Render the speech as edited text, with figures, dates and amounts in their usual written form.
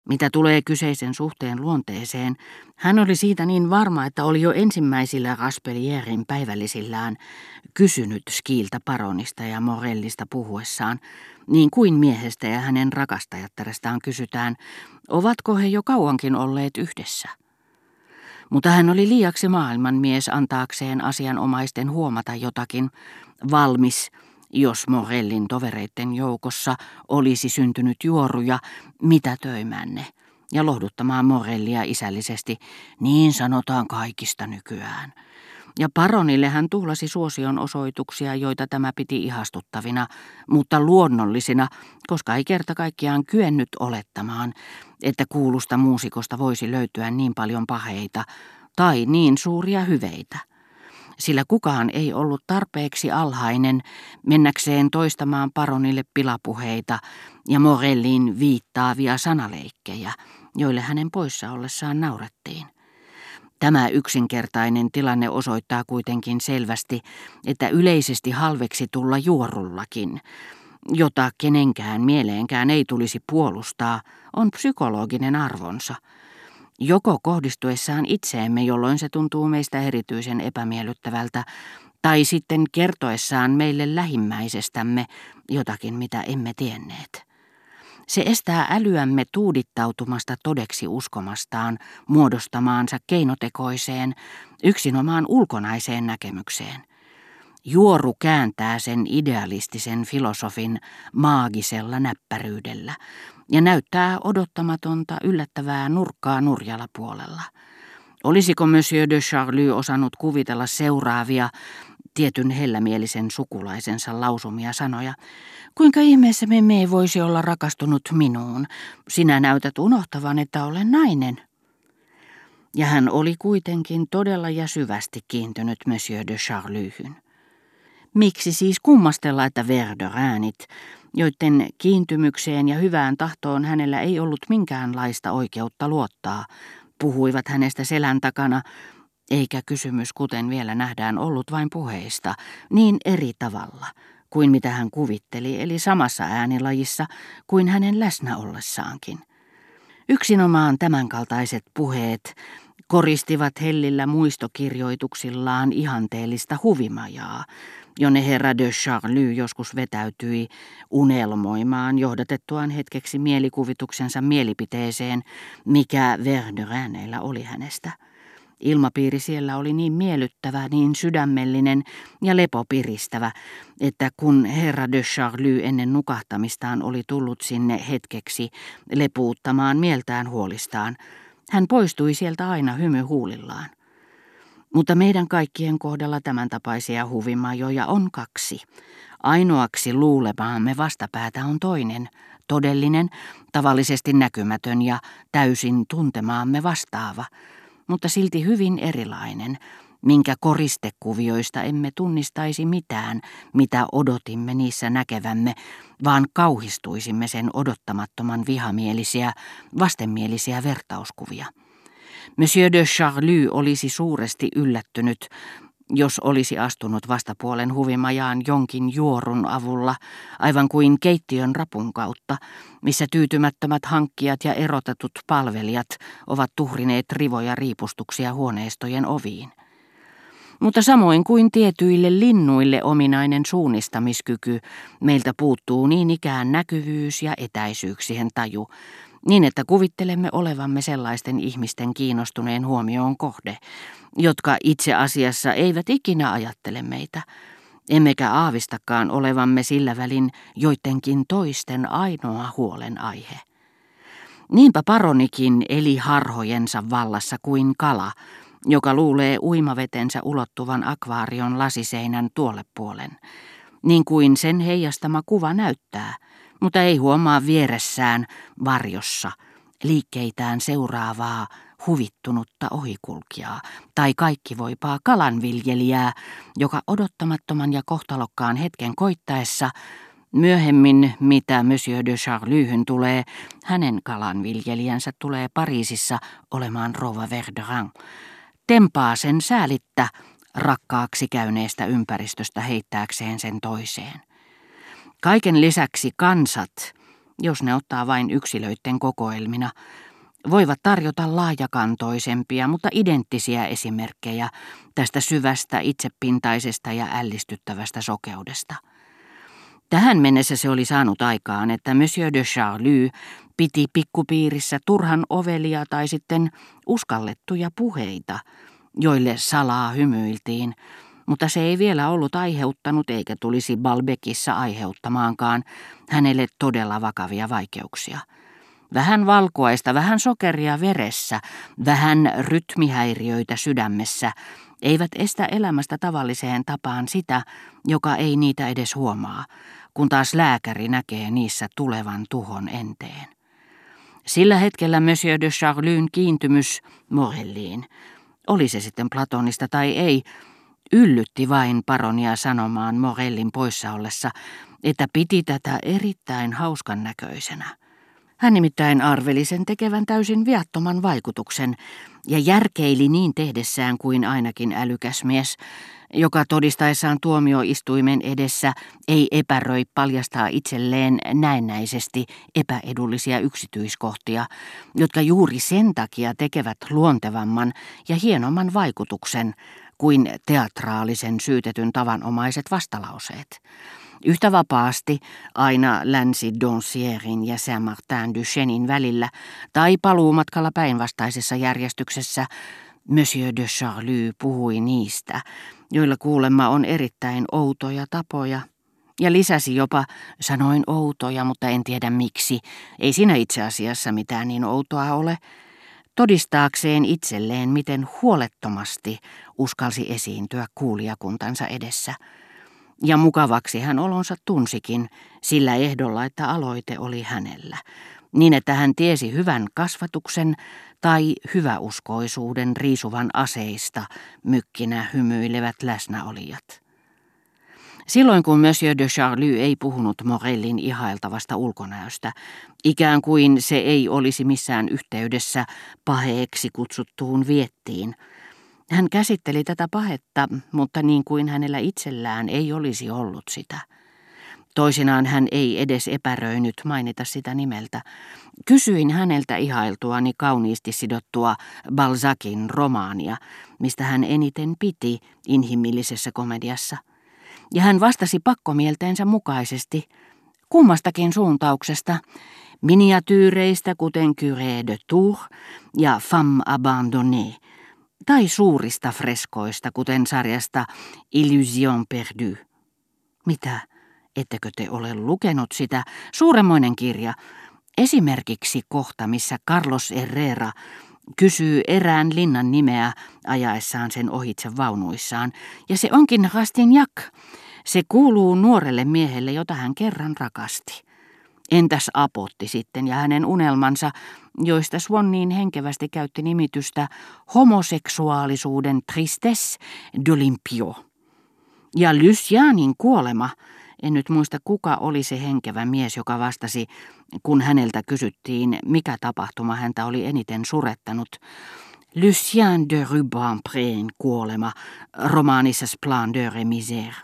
Mitä tulee kyseisen suhteen luonteeseen, hän oli siitä niin varma, että oli jo ensimmäisillä Raspelierin päivällisillään kysynyt Skiltä Paronista ja Morellista puhuessaan, niin kuin miehestä ja hänen rakastajatterestaan kysytään, ovatko he jo kauankin olleet yhdessä. Mutta hän oli liiaksi maailmanmies antaakseen asianomaisten huomata jotakin, valmis, jos Morellin tovereiden joukossa olisi syntynyt juoruja, mitä töimänne, ja lohduttamaan Morellia isällisesti, niin sanotaan kaikista nykyään. Ja Paronille hän tuhlasi suosion osoituksia, joita tämä piti ihastuttavina, mutta luonnollisina, koska ei kerta kaikkiaan kyennyt olettamaan, että kuulusta muusikosta voisi löytyä niin paljon paheita tai niin suuria hyveitä. Sillä kukaan ei ollut tarpeeksi alhainen mennäkseen toistamaan Paronille pilapuheita ja Morelliin viittaavia sanaleikkejä, joille hänen poissa ollessaan naurettiin. Tämä yksinkertainen tilanne osoittaa kuitenkin selvästi, että yleisesti halveksitulla juorullakin, jota kenenkään mieleenkään ei tulisi puolustaa, on psykologinen arvonsa. Joko kohdistuessaan itseemme, jolloin se tuntuu meistä erityisen epämiellyttävältä, tai sitten kertoessaan meille lähimmäisestämme jotakin, mitä emme tienneet. Se estää älyämme tuudittautumasta todeksi uskomastaan, muodostamaansa keinotekoiseen, yksinomaan ulkonaiseen näkemykseen. Juoru kääntää sen idealistisen filosofin maagisella näppäryydellä ja näyttää odottamatonta, yllättävää nurkkaa nurjalla puolella. Olisiko Monsieur de Charlie osannut kuvitella seuraavia, tietyn hellämielisen sukulaisensa lausumia sanoja? Kuinka ihmeessä me ei voisi olla rakastunut minuun? Sinä näytät unohtavan, että olen nainen. Ja hän oli kuitenkin todella ja syvästi kiintynyt Monsieur de Charlyhyn. Miksi siis kummastella, että Verdurinit, joiden kiintymykseen ja hyvään tahtoon hänellä ei ollut minkäänlaista oikeutta luottaa, puhuivat hänestä selän takana, eikä kysymys, kuten vielä nähdään, ollut vain puheista, niin eri tavalla kuin mitä hän kuvitteli, eli samassa äänilajissa kuin hänen läsnä ollessaankin. Yksinomaan tämänkaltaiset puheet koristivat hellillä muistokirjoituksillaan ihanteellista huvimajaa, jonne herra de Charlie joskus vetäytyi unelmoimaan johdatettuaan hetkeksi mielikuvituksensa mielipiteeseen, mikä Verdurinilla oli hänestä. Ilmapiiri siellä oli niin miellyttävä, niin sydämellinen ja lepopiristävä, että kun herra de Charlie ennen nukahtamistaan oli tullut sinne hetkeksi lepuuttamaan mieltään huolistaan, hän poistui sieltä aina hymy huulillaan. Mutta meidän kaikkien kohdalla tämän tapaisia huvimajoja on kaksi. Ainoaksi luulemaamme vastapäätä on toinen, todellinen, tavallisesti näkymätön ja täysin tuntemaamme vastaava, mutta silti hyvin erilainen, minkä koristekuvioista emme tunnistaisi mitään, mitä odotimme niissä näkevämme, vaan kauhistuisimme sen odottamattoman vihamielisiä, vastenmielisiä vertauskuvia. Monsieur de Charlie olisi suuresti yllättynyt, jos olisi astunut vastapuolen huvimajaan jonkin juorun avulla, aivan kuin keittiön rapun kautta, missä tyytymättömät hankkijat ja erotetut palvelijat ovat tuhrineet rivoja riipustuksia huoneistojen oviin. Mutta samoin kuin tietyille linnuille ominainen suunnistamiskyky, meiltä puuttuu niin ikään näkyvyys ja etäisyyksien taju, niin että kuvittelemme olevamme sellaisten ihmisten kiinnostuneen huomioon kohde, jotka itse asiassa eivät ikinä ajattele meitä, emmekä aavistakaan olevamme sillä välin joidenkin toisten ainoa huolenaihe. Niinpä paronikin eli harhojensa vallassa kuin kala, joka luulee uimavetensä ulottuvan akvaarion lasiseinän tuolle puolen, niin kuin sen heijastama kuva näyttää, mutta ei huomaa vieressään varjossa liikkeitään seuraavaa huvittunutta ohikulkijaa tai kaikkivoipaa kalanviljelijää, joka odottamattoman ja kohtalokkaan hetken koittaessa, myöhemmin mitä Monsieur de Charlyhyn tulee, hänen kalanviljelijänsä tulee Pariisissa olemaan rouva Verdurin, tempaa sen säälittä rakkaaksi käyneestä ympäristöstä heittääkseen sen toiseen. Kaiken lisäksi kansat, jos ne ottaa vain yksilöiden kokoelmina, voivat tarjota laajakantoisempia, mutta identtisiä esimerkkejä tästä syvästä, itsepintaisesta ja ällistyttävästä sokeudesta. Tähän mennessä se oli saanut aikaan, että Monsieur de Charlus piti pikkupiirissä turhan ovelia tai sitten uskallettuja puheita, joille salaa hymyiltiin, mutta se ei vielä ollut aiheuttanut eikä tulisi Balbekissa aiheuttamaankaan hänelle todella vakavia vaikeuksia. Vähän valkuaista, vähän sokeria veressä, vähän rytmihäiriöitä sydämessä eivät estä elämästä tavalliseen tapaan sitä, joka ei niitä edes huomaa, kun taas lääkäri näkee niissä tulevan tuhon enteen. Sillä hetkellä Monsieur de Charlun kiintymys Morelliin, oli se sitten platonista tai ei, yllytti vain paronia sanomaan Morellin poissa ollessa, että piti tätä erittäin hauskan näköisenä. Hän nimittäin arveli sen tekevän täysin viattoman vaikutuksen ja järkeili niin tehdessään kuin ainakin älykäs mies, joka todistaessaan tuomioistuimen edessä ei epäröi paljastaa itselleen näennäisesti epäedullisia yksityiskohtia, jotka juuri sen takia tekevät luontevamman ja hienomman vaikutuksen kuin teatraalisen syytetyn tavanomaiset vastalauseet. Yhtä vapaasti aina Lancy-Doncierin ja Saint-Martin-du-Chenin välillä tai paluumatkalla päinvastaisessa järjestyksessä Monsieur de Charlus puhui niistä, joilla kuulemma on erittäin outoja tapoja, ja lisäsi jopa, sanoin outoja, mutta en tiedä miksi, ei siinä itse asiassa mitään niin outoa ole, todistaakseen itselleen, miten huolettomasti uskalsi esiintyä kuulijakuntansa edessä. Ja mukavaksi hän olonsa tunsikin sillä ehdolla, että aloite oli hänellä, niin että hän tiesi hyvän kasvatuksen tai hyväuskoisuuden riisuvan aseista mykkinä hymyilevät läsnäolijat. Silloin kun Monsieur de Charlus ei puhunut Morellin ihailtavasta ulkonäöstä, ikään kuin se ei olisi missään yhteydessä paheeksi kutsuttuun viettiin, hän käsitteli tätä pahetta, mutta niin kuin hänellä itsellään ei olisi ollut sitä. Toisinaan hän ei edes epäröinyt mainita sitä nimeltä. Kysyin häneltä ihailtuani kauniisti sidottua Balzacin romaania, mistä hän eniten piti inhimillisessä komediassa. Ja hän vastasi pakkomielteensä mukaisesti, kummastakin suuntauksesta, miniatyyreistä kuten Curé de Tours ja Femme abandonnée, tai suurista freskoista kuten sarjasta Illusion perdue. Mitä? Ettekö te ole lukenut sitä? Suuremmoinen kirja. Esimerkiksi kohta, missä Carlos Herrera kysyy erään linnan nimeä ajaessaan sen ohitse vaunuissaan, ja se onkin Rastignac. Se kuuluu nuorelle miehelle, jota hän kerran rakasti. Entäs Apotti sitten ja hänen unelmansa, joista Swann niin henkevästi käytti nimitystä homoseksuaalisuuden tristesse d'Olympio. Ja Lucienin kuolema, en nyt muista kuka oli se henkevä mies, joka vastasi, kun häneltä kysyttiin, mikä tapahtuma häntä oli eniten surettanut. Lucien de Rubemprén kuolema romaanissa Splendeur et misère.